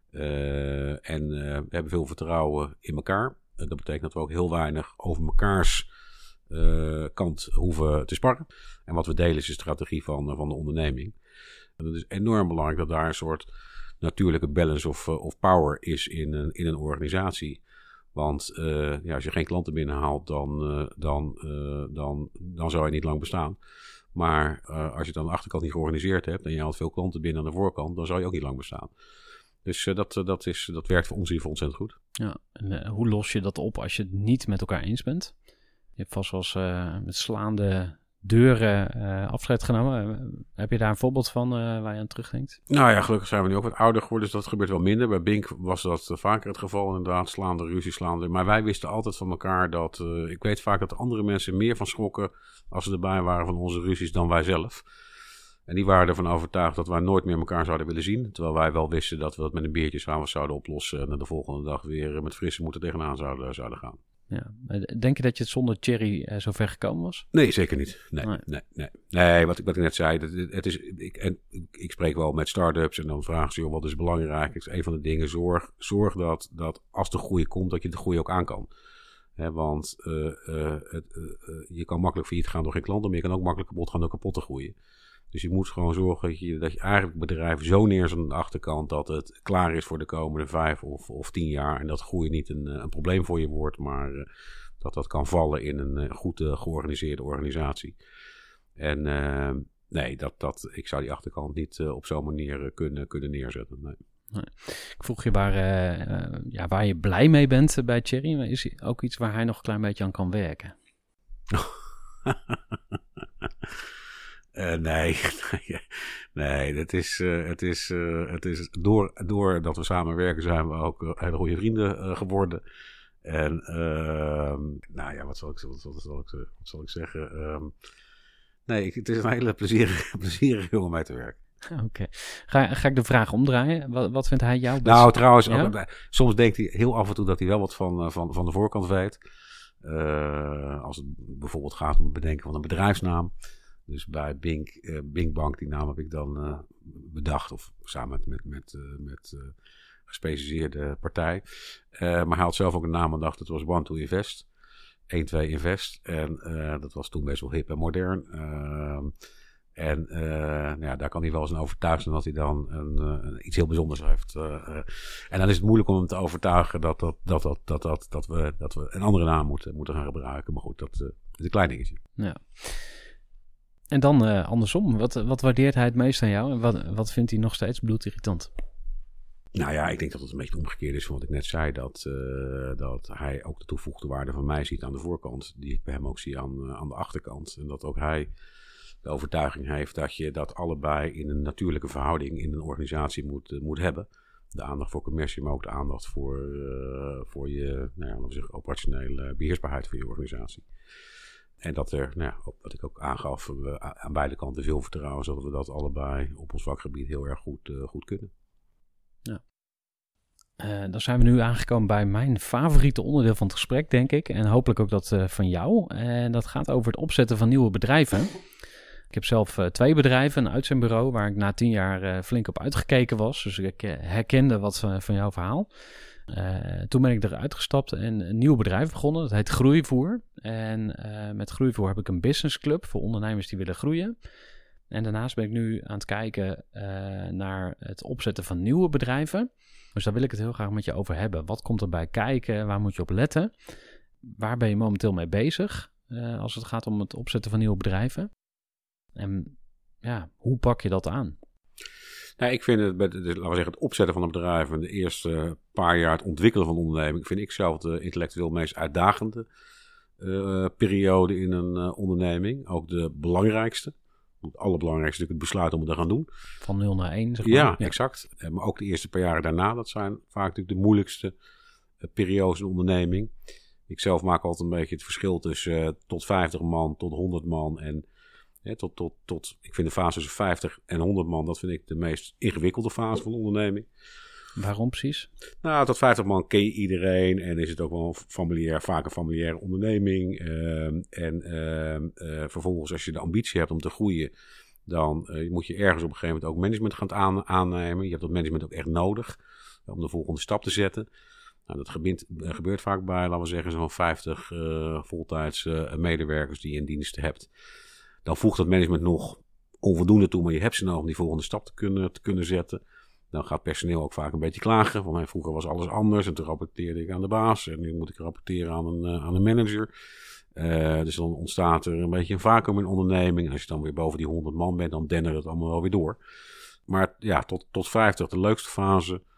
Uh, en uh, we hebben veel vertrouwen in elkaar. Uh, dat betekent dat we ook heel weinig over mekaars uh, kant hoeven te sparren. En wat we delen is de strategie van, uh, van de onderneming. En dat is enorm belangrijk dat daar een soort natuurlijke balance of, uh, of power is in een, in een organisatie. Want uh, ja, als je geen klanten binnenhaalt, dan, uh, dan, uh, dan, dan zou je niet lang bestaan. Maar uh, als je het aan de achterkant niet georganiseerd hebt en je haalt veel klanten binnen aan de voorkant, dan zou je ook niet lang bestaan. Dus uh, dat, uh, dat, is, dat werkt voor ons in ieder geval ontzettend goed. Ja, en uh, hoe los je dat op als je het niet met elkaar eens bent? Je hebt vast wel eens uh, met slaande deuren uh, afscheid genomen. Uh, heb je daar een voorbeeld van uh, waar je aan terugdenkt? Nou ja, gelukkig zijn we nu ook wat ouder geworden, dus dat gebeurt wel minder. Bij Bink was dat uh, vaker het geval, inderdaad, slaande ruzie, slaande. Maar wij wisten altijd van elkaar dat, uh, ik weet vaak dat andere mensen meer van schrokken als ze erbij waren van onze ruzies dan wij zelf. En die waren ervan overtuigd dat wij nooit meer elkaar zouden willen zien. Terwijl wij wel wisten dat we dat met een biertje samen zouden oplossen en de volgende dag weer met frisse moed er tegenaan zouden, zouden gaan. Ja. Denk je dat je het zonder Thierry uh, zo ver gekomen was? Nee, zeker niet. Nee, nee. nee, nee. nee wat, ik, wat ik net zei, het, het is, ik, en, ik spreek wel met start-ups en dan vragen ze, joh, wat is belangrijk? Het is een van de dingen, zorg, zorg dat, dat als de groei komt, dat je de groei ook aan kan. He, want uh, uh, het, uh, uh, je kan makkelijk failliet gaan door geen klanten, maar je kan ook makkelijk kapot gaan door kapot te groeien. Dus je moet gewoon zorgen dat je, dat je eigenlijk het bedrijf zo neerzet aan de achterkant dat het klaar is voor de komende vijf of, of tien jaar. En dat groei niet een, een probleem voor je wordt, maar uh, dat dat kan vallen in een uh, goed uh, georganiseerde organisatie. En uh, nee, dat, dat, ik zou die achterkant niet uh, op zo'n manier uh, kunnen, kunnen neerzetten. Nee. Nee. Ik vroeg je waar, uh, uh, ja, waar je blij mee bent bij Thierry. Maar is er ook iets waar hij nog een klein beetje aan kan werken? Uh, nee, nee, het is, uh, het is, uh, het is door, doordat we samenwerken zijn we ook uh, hele goede vrienden uh, geworden. En uh, nou ja, wat zal ik, wat, wat zal ik, wat zal ik zeggen? Um, nee, het is een hele plezierige, plezierige jongen om mee te werken. Oké. Okay. Ga, ga ik de vraag omdraaien? Wat, wat vindt hij jou best? Nou, trouwens, ja? ook, soms denkt hij heel af en toe dat hij wel wat van, van, van de voorkant weet. Uh, als het bijvoorbeeld gaat om het bedenken van een bedrijfsnaam. Dus bij Bink, uh, Bink Bank, die naam heb ik dan uh, bedacht. Of samen met, met, met, uh, met uh, gespecialiseerde partij. Uh, maar hij had zelf ook een naam bedacht. Dat was One to Invest. één twee Invest. En uh, dat was toen best wel hip en modern. Uh, en uh, nou ja, daar kan hij wel eens een overtuigd zijn dat hij dan een, uh, iets heel bijzonders heeft. Uh, uh, en dan is het moeilijk om hem te overtuigen dat, dat, dat, dat, dat, dat, dat, we, dat we een andere naam moeten, moeten gaan gebruiken. Maar goed, dat uh, is een klein dingetje. Ja. En dan uh, andersom, wat, wat waardeert hij het meest aan jou en wat, wat vindt hij nog steeds bloedirritant? Nou ja, ik denk dat het een beetje omgekeerd is van wat ik net zei. Dat, uh, dat hij ook de toegevoegde waarde van mij ziet aan de voorkant. Die ik bij hem ook zie aan, uh, aan de achterkant. En dat ook hij de overtuiging heeft dat je dat allebei in een natuurlijke verhouding in een organisatie moet, uh, moet hebben. De aandacht voor commercie, maar ook de aandacht voor, uh, voor je nou ja, laten we zeggen, operationele beheersbaarheid van je organisatie. En dat er, nou ja, wat ik ook aangaf, we aan beide kanten veel vertrouwen, zodat we dat allebei op ons vakgebied heel erg goed, uh, goed kunnen. Ja. Uh, dan zijn we nu aangekomen bij mijn favoriete onderdeel van het gesprek, denk ik. En hopelijk ook dat uh, van jou. En dat gaat over het opzetten van nieuwe bedrijven. Ik heb zelf uh, twee bedrijven, een uitzendbureau, waar ik na tien jaar uh, flink op uitgekeken was. Dus ik uh, herkende wat uh, van jouw verhaal. Uh, toen ben ik eruit gestapt en een nieuw bedrijf begonnen. Dat heet Groeivoer. En uh, met Groeivoer heb ik een businessclub voor ondernemers die willen groeien. En daarnaast ben ik nu aan het kijken uh, naar het opzetten van nieuwe bedrijven. Dus daar wil ik het heel graag met je over hebben. Wat komt erbij kijken? Waar moet je op letten? Waar ben je momenteel mee bezig uh, als het gaat om het opzetten van nieuwe bedrijven? En ja, hoe pak je dat aan? Nou, ik vind het, laten we zeggen, het opzetten van een bedrijf en de eerste paar jaar het ontwikkelen van een onderneming, vind ik zelf de intellectueel meest uitdagende uh, periode in een uh, onderneming. Ook de belangrijkste. Het allerbelangrijkste is natuurlijk het besluit om het te gaan doen. Van nul naar één, zeg maar. Ja, ja, exact. Maar ook de eerste paar jaren daarna, dat zijn vaak natuurlijk de moeilijkste uh, periodes in de onderneming. Ik zelf maak altijd een beetje het verschil tussen uh, tot vijftig man, tot honderd man en He, tot, tot, tot, ik vind de fase tussen vijftig en honderd man, dat vind ik de meest ingewikkelde fase van de onderneming. Waarom precies? Nou, tot vijftig man ken je iedereen en is het ook wel een familiair, vaak een familiaire onderneming. Uh, en uh, uh, vervolgens als je de ambitie hebt om te groeien, dan uh, moet je ergens op een gegeven moment ook management gaan aan, aannemen. Je hebt dat management ook echt nodig uh, om de volgende stap te zetten. Nou, dat gebeurt, uh, gebeurt vaak bij, laten we zeggen, zo'n vijftig uh, voltijds uh, medewerkers die je in dienst hebt. Dan voegt dat management nog onvoldoende toe, maar je hebt ze nodig om die volgende stap te kunnen, te kunnen zetten. Dan gaat personeel ook vaak een beetje klagen. Van mij vroeger was alles anders en toen rapporteerde ik aan de baas. En nu moet ik rapporteren aan een, uh, aan een manager. Uh, dus dan ontstaat er een beetje een vacuüm in onderneming. En als je dan weer boven die honderd man bent, dan dennert het allemaal wel weer door. Maar ja, tot, tot vijftig de leukste fase.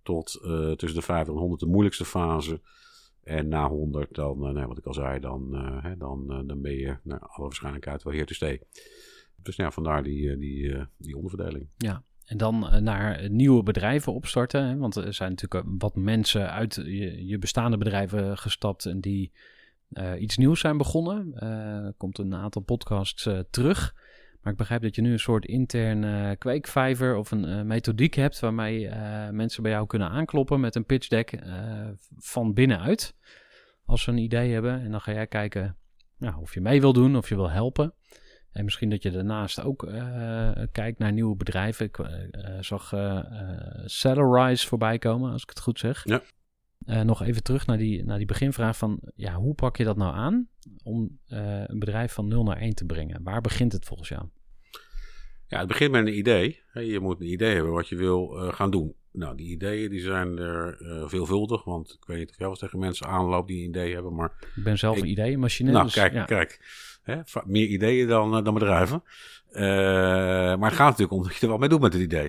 tot uh, tussen de vijftig en honderd de moeilijkste fase. En na honderd, dan, uh, nee, wat ik al zei, dan, uh, hè, dan, uh, dan ben je naar alle waarschijnlijkheid wel here to stay. Dus ja, vandaar die, die, uh, die onderverdeling. Ja. En dan uh, naar nieuwe bedrijven opstarten. Hè? Want er zijn natuurlijk wat mensen uit je, je bestaande bedrijven gestapt en die uh, iets nieuws zijn begonnen. Uh, er komt een aantal podcasts uh, terug. Maar ik begrijp dat je nu een soort interne uh, kweekvijver of een uh, methodiek hebt waarmee uh, mensen bij jou kunnen aankloppen met een pitch deck uh, van binnenuit. Als ze een idee hebben. En dan ga jij kijken nou, of je mee wil doen, of je wil helpen. En misschien dat je daarnaast ook uh, kijkt naar nieuwe bedrijven. Ik uh, zag uh, uh, Salarize voorbij komen, als ik het goed zeg. Ja. Uh, nog even terug naar die, naar die beginvraag van, ja, hoe pak je dat nou aan om uh, een bedrijf van nul naar één te brengen? Waar begint het volgens jou? Ja, het begint met een idee. Je moet een idee hebben wat je wil uh, gaan doen. Nou, die ideeën die zijn er uh, veelvuldig, want ik weet niet of jij wel eens tegen mensen aanloopt die een idee hebben, maar... Ik ben zelf ik, een ideeënmachine. Nou, dus, kijk, ja. kijk. Hè, meer ideeën dan, dan bedrijven. Uh, maar het gaat natuurlijk om dat je er wat mee doet met het idee.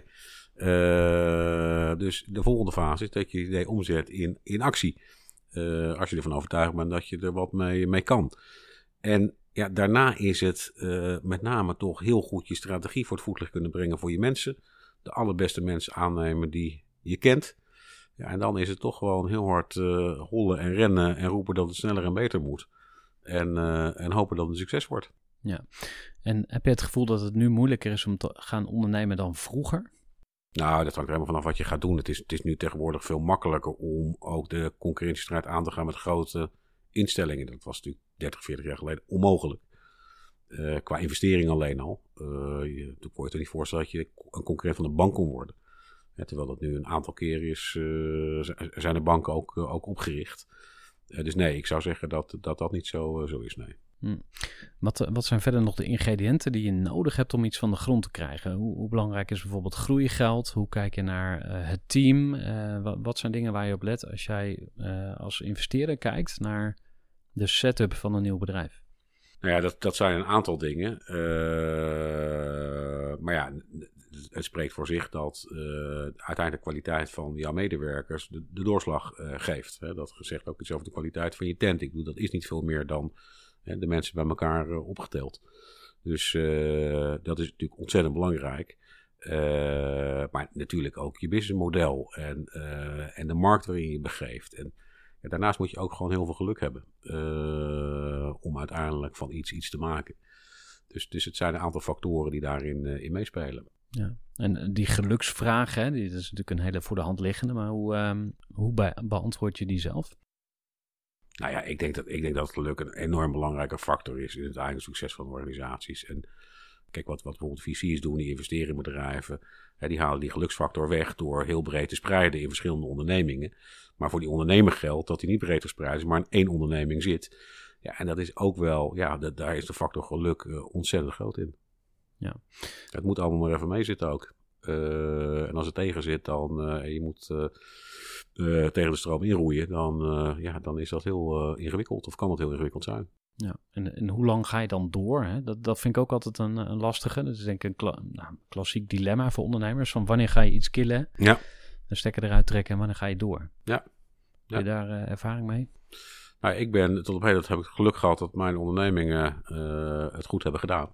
Uh, dus de volgende fase is dat je het idee omzet in, in actie. Uh, als je ervan overtuigd bent dat je er wat mee, mee kan. En ja, daarna is het uh, met name toch heel goed je strategie voor het voetlicht kunnen brengen voor je mensen. De allerbeste mensen aannemen die je kent. Ja, en dan is het toch gewoon heel hard uh, hollen en rennen en roepen dat het sneller en beter moet. En, uh, en hopen dat het een succes wordt. Ja. En heb je het gevoel dat het nu moeilijker is om te gaan ondernemen dan vroeger? Nou, dat hangt er helemaal vanaf wat je gaat doen. Het is, het is nu tegenwoordig veel makkelijker om ook de concurrentiestrijd aan te gaan met grote instellingen. Dat was natuurlijk dertig, veertig jaar geleden onmogelijk. Uh, qua investering alleen al. Uh, je, toen kon je toch niet voorstellen dat je een concurrent van de bank kon worden. Ja, terwijl dat nu een aantal keer is, uh, zijn de banken ook, uh, ook opgericht. Uh, dus nee, ik zou zeggen dat dat, dat niet zo, uh, zo is, nee. Hmm. Wat, wat zijn verder nog de ingrediënten die je nodig hebt om iets van de grond te krijgen? Hoe, hoe belangrijk is bijvoorbeeld groeigeld? Hoe kijk je naar uh, het team? Uh, wat, wat zijn dingen waar je op let als jij uh, als investeerder kijkt naar de setup van een nieuw bedrijf? Nou ja, dat, dat zijn een aantal dingen. Uh, maar ja, het spreekt voor zich dat uh, uiteindelijk de kwaliteit van jouw medewerkers de, de doorslag uh, geeft. Hè. Dat zegt ook iets over de kwaliteit van je tent. Ik bedoel, dat is niet veel meer dan hè, de mensen bij elkaar uh, opgeteld. Dus uh, dat is natuurlijk ontzettend belangrijk. Uh, maar natuurlijk ook je businessmodel en, uh, en de markt waarin je je begeeft. En ja, daarnaast moet je ook gewoon heel veel geluk hebben uh, om uiteindelijk van iets iets te maken. Dus, dus het zijn een aantal factoren die daarin uh, in meespelen. Ja. En die geluksvraag, hè, die, dat is natuurlijk een hele voor de hand liggende, maar hoe, um, hoe be- beantwoord je die zelf? Nou ja, ik denk dat, ik denk dat geluk een enorm belangrijke factor is in het eigen succes van organisaties. En kijk, wat, wat bijvoorbeeld V C's doen, die investeren in bedrijven, hè, die halen die geluksfactor weg door heel breed te spreiden in verschillende ondernemingen. Maar voor die ondernemer geldt dat hij niet breed verspreid is, maar in één onderneming zit. Ja, en dat is ook wel, ja, dat, daar is de factor geluk uh, ontzettend groot in. Ja. Het moet allemaal maar even mee zitten ook. Uh, en als het tegen zit, dan uh, en je moet uh, uh, tegen de stroom inroeien, dan, uh, ja, dan is dat heel uh, ingewikkeld of kan dat heel ingewikkeld zijn. Ja, en, en hoe lang ga je dan door? Hè? Dat, dat vind ik ook altijd een, een lastige. Dat is denk ik een kla- nou, klassiek dilemma voor ondernemers. Van wanneer ga je iets killen, ja. de stekker eruit trekken en wanneer ga je door? Ja. Heb je daar uh, ervaring mee? Nou, ik ben tot op heden heb ik geluk gehad dat mijn ondernemingen uh, het goed hebben gedaan.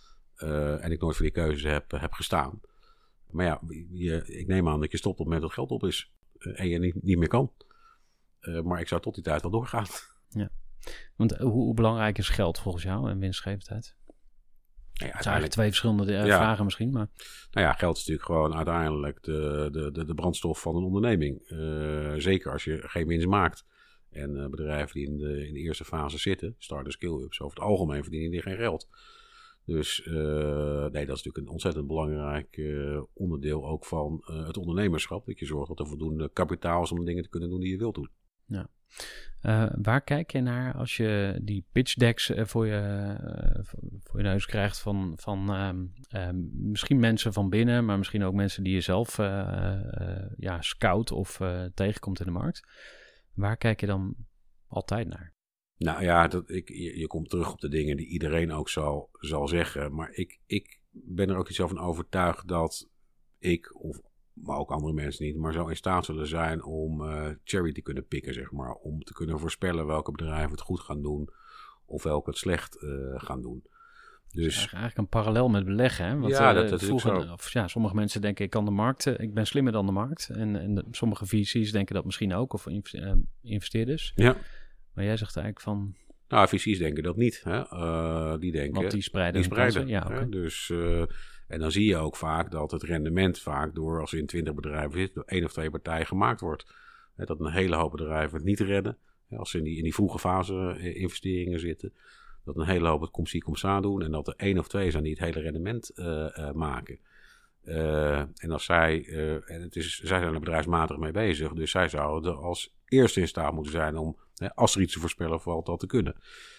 Uh, en ik nooit voor die keuzes heb, heb gestaan. Maar ja, je, ik neem aan dat je stopt op het moment dat geld op is. Uh, en je niet, niet meer kan. Uh, maar ik zou tot die tijd wel doorgaan. Ja. Want hoe, hoe belangrijk is geld volgens jou en winstgevendheid? Nou ja, het zijn eigenlijk twee verschillende uh, ja. vragen misschien. Maar... Nou ja, geld is natuurlijk gewoon uiteindelijk de, de, de, de brandstof van een onderneming. Uh, zeker als je geen winst maakt. En uh, bedrijven die in de, in de eerste fase zitten, start-up skill-ups, over het algemeen verdienen die geen geld. Dus uh, nee, dat is natuurlijk een ontzettend belangrijk uh, onderdeel ook van uh, het ondernemerschap. Dat je zorgt dat er voldoende kapitaal is om de dingen te kunnen doen die je wilt doen. Ja. Uh, waar kijk je naar als je die pitch decks uh, voor, je, uh, voor je neus krijgt van, van um, um, misschien mensen van binnen, maar misschien ook mensen die je zelf uh, uh, ja, scout of uh, tegenkomt in de markt. Waar kijk je dan altijd naar? Nou ja, dat, ik, je, je komt terug op de dingen die iedereen ook zal, zal zeggen. Maar ik, ik ben er ook iets van overtuigd dat ik of maar ook andere mensen niet, maar zo in staat zullen zijn om uh, cherry te kunnen pikken, zeg maar. Om te kunnen voorspellen welke bedrijven het goed gaan doen of welke het slecht uh, gaan doen. Dus eigenlijk een parallel met beleggen, hè? Want, ja, uh, dat, dat vroeger, is ook zo. Of, ja, sommige mensen denken, ik kan de markt, uh, ik ben slimmer dan de markt. En, en de, sommige V C's denken dat misschien ook, of uh, investeerders. Ja. Maar jij zegt eigenlijk van... Nou, V C's denken dat niet. Hè? Uh, die denken... Want die spreiden. Die spreiden, ja, okay. hè? Dus, uh, en dan zie je ook vaak dat het rendement vaak door, als er in twintig bedrijven zit, door één of twee partijen gemaakt wordt. Hè? Dat een hele hoop bedrijven het niet redden. Hè? Als ze in die, in die vroege fase investeringen zitten. Dat een hele hoop het kom-zie kom-sa doen. En dat er één of twee zijn die het hele rendement uh, uh, maken. Uh, en als zij, uh, en het is, zij zijn er bedrijfsmatig mee bezig. Dus zij zouden als eerste in staat moeten zijn om, hè, als er iets te voorspellen valt, dat te kunnen.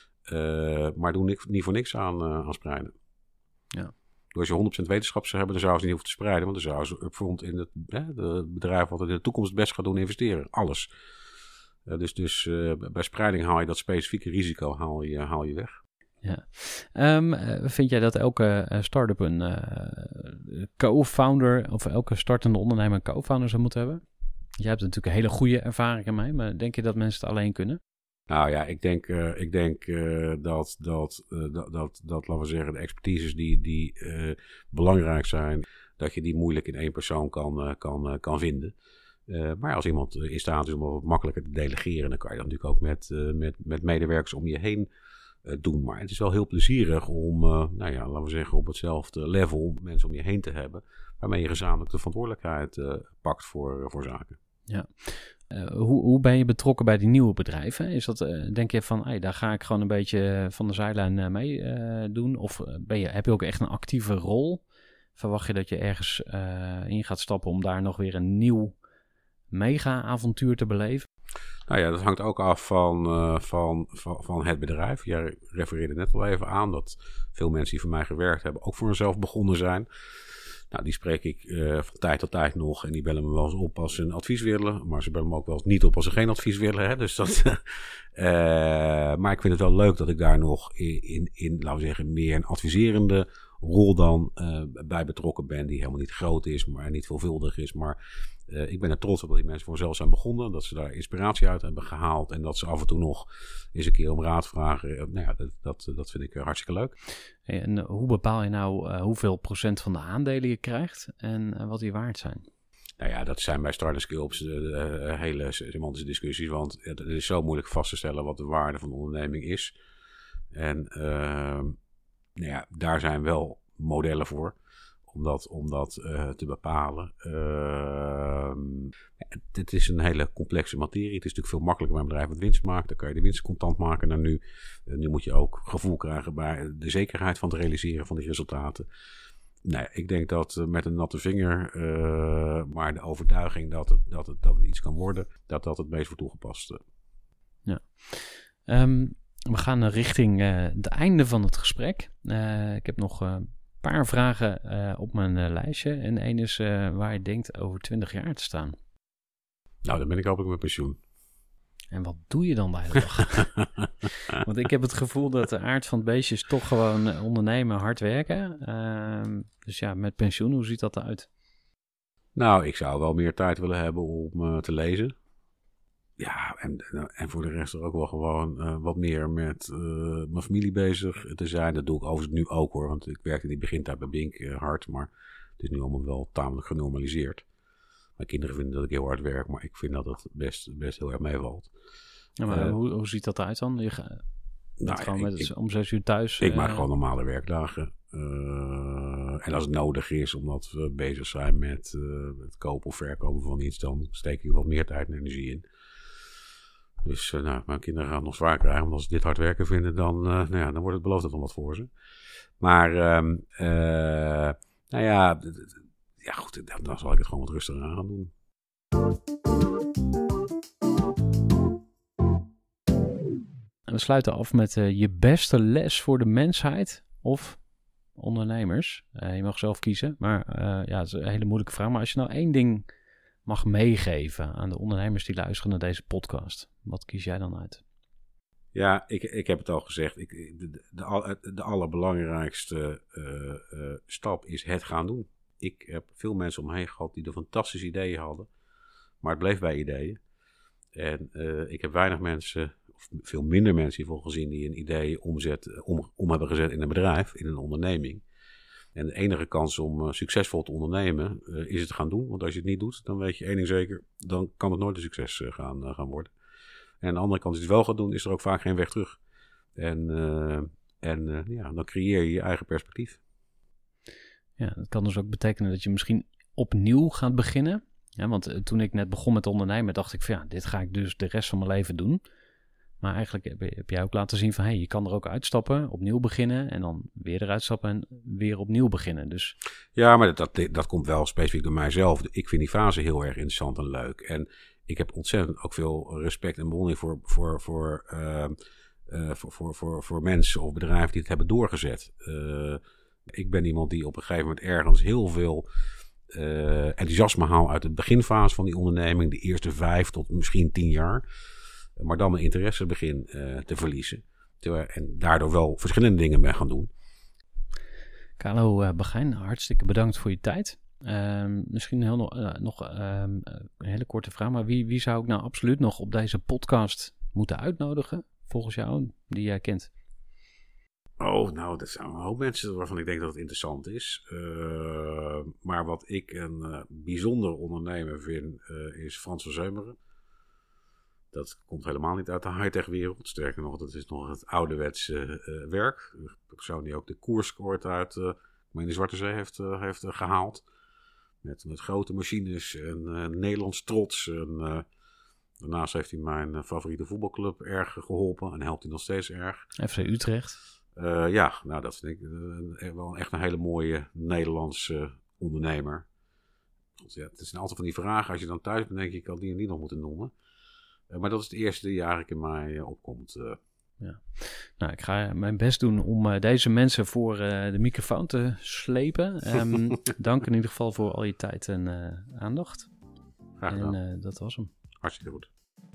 Uh, maar doen niet, niet voor niks aan, uh, aan spreiden. Ja. Dus als je honderd procent wetenschap zou hebben, dan zouden ze niet hoeven te spreiden. Want dan zouden ze upfront in het, hè, de bedrijf wat het in de toekomst het best gaat doen investeren. Alles. Uh, dus dus uh, bij spreiding haal je dat specifieke risico haal je, haal je weg. Ja. Um, vind jij dat elke uh, start-up een uh, co-founder of elke startende ondernemer een co-founder zou moeten hebben? Jij hebt er natuurlijk een hele goede ervaringen mee, maar denk je dat mensen het alleen kunnen? Nou ja, ik denk, uh, ik denk uh, dat, dat, uh, dat, dat, dat, laten we zeggen, de expertises die, die uh, belangrijk zijn, dat je die moeilijk in één persoon kan, uh, kan, uh, kan vinden. Uh, maar als iemand in staat is om wat makkelijker te delegeren, dan kan je dat natuurlijk ook met, uh, met, met medewerkers om je heen uh, doen. Maar het is wel heel plezierig om, uh, nou ja, laten we zeggen, op hetzelfde level mensen om je heen te hebben, waarmee je gezamenlijk de verantwoordelijkheid uh, pakt voor, uh, voor zaken. Ja. Uh, hoe, hoe ben je betrokken bij die nieuwe bedrijven? Is dat, uh, denk je van, hey, daar ga ik gewoon een beetje van de zijlijn uh, mee uh, doen? Of ben je, heb je ook echt een actieve rol? Verwacht je dat je ergens uh, in gaat stappen om daar nog weer een nieuw mega-avontuur te beleven? Nou ja, dat hangt ook af van, uh, van, van, van het bedrijf. Jij refereerde net al even aan dat veel mensen die voor mij gewerkt hebben ook voor hunzelf begonnen zijn. Nou, die spreek ik uh, van tijd tot tijd nog en die bellen me wel eens op als ze een advies willen. Maar ze bellen me ook wel eens niet op als ze geen advies willen. Hè? Dus dat, uh, maar ik vind het wel leuk dat ik daar nog in, in, in laten we zeggen, meer een adviserende rol dan uh, bij betrokken ben. Die helemaal niet groot is, maar niet veelvuldig is. Maar uh, ik ben er trots op dat die mensen voor zichzelf zijn begonnen. Dat ze daar inspiratie uit hebben gehaald. En dat ze af en toe nog eens een keer om raad vragen. Uh, nou ja, dat, dat, dat vind ik uh, hartstikke leuk. Hey, en uh, hoe bepaal je nou uh, hoeveel procent van de aandelen je krijgt en uh, wat die waard zijn? Nou ja, dat zijn bij Startup Skills uh, uh, hele semantische discussies. Want het is zo moeilijk vast te stellen wat de waarde van de onderneming is. En uh, nou ja, daar zijn wel modellen voor om dat, om dat uh, te bepalen. Uh, het, het is een hele complexe materie. Het is natuurlijk veel makkelijker bij een bedrijf wat winst maakt. Dan kan je de winst contant maken dan nu. Uh, nu moet je ook gevoel krijgen bij de zekerheid van het realiseren van die resultaten. Nee, ik denk dat uh, met een natte vinger, uh, maar de overtuiging dat het, dat, het, dat het iets kan worden, dat dat het meest wordt toegepast. Uh. Ja. Um, we gaan richting uh, het einde van het gesprek. Uh, ik heb nog een uh, paar vragen uh, op mijn uh, lijstje. En één is uh, waar je denkt over twintig jaar te staan. Nou, dan ben ik hopelijk met pensioen. En wat doe je dan de hele dag? Want ik heb het gevoel dat de aard van het beestje is toch gewoon ondernemen, hard werken. Uh, dus ja, met pensioen, hoe ziet dat eruit? Nou, ik zou wel meer tijd willen hebben om uh, te lezen. Ja, en, en voor de rest er ook wel gewoon uh, wat meer met uh, mijn familie bezig te zijn. Dat doe ik overigens nu ook hoor, want ik werkte in die begintijd bij Bink uh, hard, maar het is nu allemaal wel tamelijk genormaliseerd. Mijn kinderen vinden dat ik heel hard werk, maar ik vind dat het best, best heel erg meevalt. Ja, maar uh, hoe, hoe ziet dat eruit dan? Je gaat nou, gewoon ik, met, ik, om zes uur thuis? Ik uh, maak gewoon normale werkdagen. Uh, en als het nodig is, omdat we bezig zijn met uh, het kopen of verkopen van iets, dan steek ik wat meer tijd en energie in. Dus uh, nou, mijn kinderen gaan nog zwaar krijgen, want als ze dit hard werken vinden, dan, uh, nou ja, dan wordt het beloofd dan wat voor ze. Maar, um, uh, nou ja, d- d- ja goed, dan, dan zal ik het gewoon wat rustiger aan gaan doen. En we sluiten af met uh, je beste les voor de mensheid of ondernemers. Uh, je mag zelf kiezen, maar uh, ja, het is een hele moeilijke vraag. Maar als je nou één ding mag meegeven aan de ondernemers die luisteren naar deze podcast, wat kies jij dan uit? Ja, ik, ik heb het al gezegd. Ik, de, de, de, de allerbelangrijkste uh, uh, stap is het gaan doen. Ik heb veel mensen om me heen gehad die er fantastische ideeën hadden. Maar het bleef bij ideeën. En uh, ik heb weinig mensen, of veel minder mensen hiervoor gezien, die een idee omzet, om, om hebben gezet in een bedrijf, in een onderneming. En de enige kans om uh, succesvol te ondernemen uh, is het gaan doen. Want als je het niet doet, dan weet je één ding zeker, dan kan het nooit een succes uh, gaan, uh, gaan worden. En aan de andere kant, als je het wel gaat doen, is er ook vaak geen weg terug. En, uh, en uh, ja, dan creëer je je eigen perspectief. Ja, dat kan dus ook betekenen dat je misschien opnieuw gaat beginnen. Ja, want uh, toen ik net begon met ondernemen, dacht ik van ja, dit ga ik dus de rest van mijn leven doen. Maar eigenlijk heb, heb jij ook laten zien van, hé, hey, je kan er ook uitstappen, opnieuw beginnen en dan weer eruit stappen en weer opnieuw beginnen. Dus... Ja, maar dat, dat, dat komt wel specifiek door mijzelf. Ik vind die fase heel erg interessant en leuk. En ik heb ontzettend ook veel respect en bewondering voor, voor, voor, uh, uh, voor, voor, voor, voor mensen of bedrijven die het hebben doorgezet. Uh, ik ben iemand die op een gegeven moment ergens heel veel uh, enthousiasme haalt uit de beginfase van die onderneming, de eerste vijf tot misschien tien jaar. Maar dan mijn interesse begin uh, te verliezen. En daardoor wel verschillende dingen ben gaan doen. Carlo uh, Bagijn, hartstikke bedankt voor je tijd. Uh, misschien heel, uh, nog uh, een hele korte vraag. Maar wie, wie zou ik nou absoluut nog op deze podcast moeten uitnodigen? Volgens jou, die jij kent. Oh, nou, dat zijn een hoop mensen waarvan ik denk dat het interessant is. Uh, maar wat ik een uh, bijzonder ondernemer vind, uh, is Frans van Zeumeren. Dat komt helemaal niet uit de high-tech wereld. Sterker nog, dat is nog het ouderwetse uh, werk. De persoon die ook de koers ooit uit uh, de Zwarte Zee heeft, uh, heeft uh, gehaald. Met, met grote machines en uh, Nederlands trots. En, uh, daarnaast heeft hij mijn uh, favoriete voetbalclub erg geholpen. En helpt hij nog steeds erg. F C Utrecht. Uh, ja, nou dat vind ik uh, wel echt een hele mooie Nederlandse uh, ondernemer. Want, ja, het zijn altijd van die vragen. Als je dan thuis bent, denk je, ik had die en die nog moeten noemen. Uh, maar dat is het eerste die eigenlijk in mij uh, opkomt. Uh. Ja. Nou, ik ga mijn best doen om uh, deze mensen voor uh, de microfoon te slepen. Um, dank in ieder geval voor al je tijd en uh, aandacht. Graag gedaan. En uh, dat was hem. Hartstikke goed.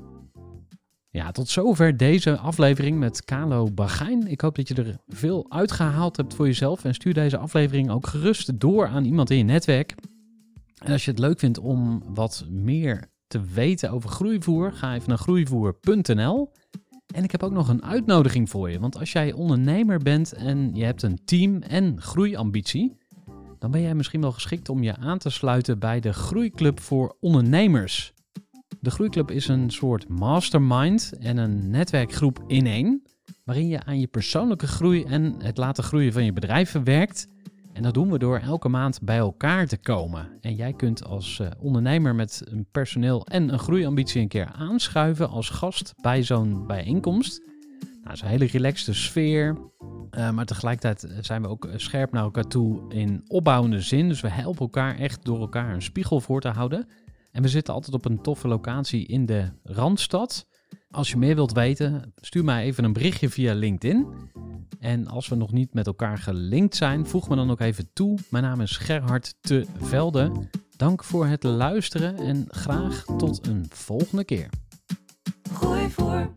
Ja, tot zover deze aflevering met Carlo Bagijn. Ik hoop dat je er veel uitgehaald hebt voor jezelf. En stuur deze aflevering ook gerust door aan iemand in je netwerk. En als je het leuk vindt om wat meer te weten over groeivoer, ga even naar groeivoer punt n l. En ik heb ook nog een uitnodiging voor je. Want als jij ondernemer bent en je hebt een team en groeiambitie, dan ben jij misschien wel geschikt om je aan te sluiten bij de Groeiclub voor Ondernemers. De Groeiclub is een soort mastermind en een netwerkgroep in één, waarin je aan je persoonlijke groei en het laten groeien van je bedrijven werkt. En dat doen we door elke maand bij elkaar te komen. En jij kunt als uh, ondernemer met een personeel en een groeiambitie een keer aanschuiven als gast bij zo'n bijeenkomst. Nou, dat is een hele relaxte sfeer, uh, maar tegelijkertijd zijn we ook scherp naar elkaar toe in opbouwende zin. Dus we helpen elkaar echt door elkaar een spiegel voor te houden. En we zitten altijd op een toffe locatie in de Randstad. Als je meer wilt weten, stuur mij even een berichtje via LinkedIn. En als we nog niet met elkaar gelinkt zijn, voeg me dan ook even toe. Mijn naam is Gerhard te Velde. Dank voor het luisteren en graag tot een volgende keer. Gooi voor.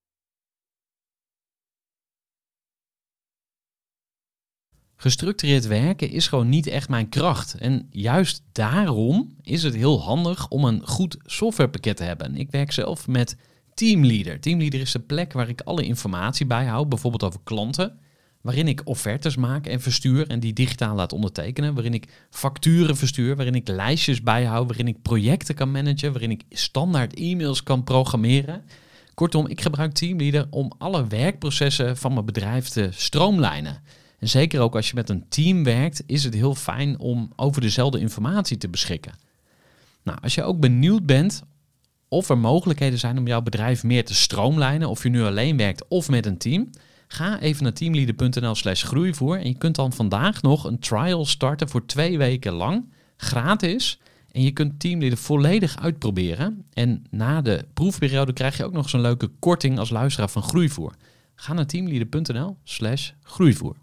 Gestructureerd werken is gewoon niet echt mijn kracht. En juist daarom is het heel handig om een goed softwarepakket te hebben. Ik werk zelf met Teamleader. Teamleader is de plek waar ik alle informatie bijhoud, bijvoorbeeld over klanten, waarin ik offertes maak en verstuur en die digitaal laat ondertekenen, waarin ik facturen verstuur, waarin ik lijstjes bijhoud, waarin ik projecten kan managen, waarin ik standaard e-mails kan programmeren. Kortom, ik gebruik Teamleader om alle werkprocessen van mijn bedrijf te stroomlijnen. En zeker ook als je met een team werkt, is het heel fijn om over dezelfde informatie te beschikken. Nou, als je ook benieuwd bent of er mogelijkheden zijn om jouw bedrijf meer te stroomlijnen, of je nu alleen werkt of met een team, ga even naar teamleader punt n l slash groeivoer en je kunt dan vandaag nog een trial starten voor twee weken lang, gratis. En je kunt Teamleader volledig uitproberen. En na de proefperiode krijg je ook nog eens een leuke korting als luisteraar van Groeivoer. Ga naar teamleader punt n l slash groeivoer.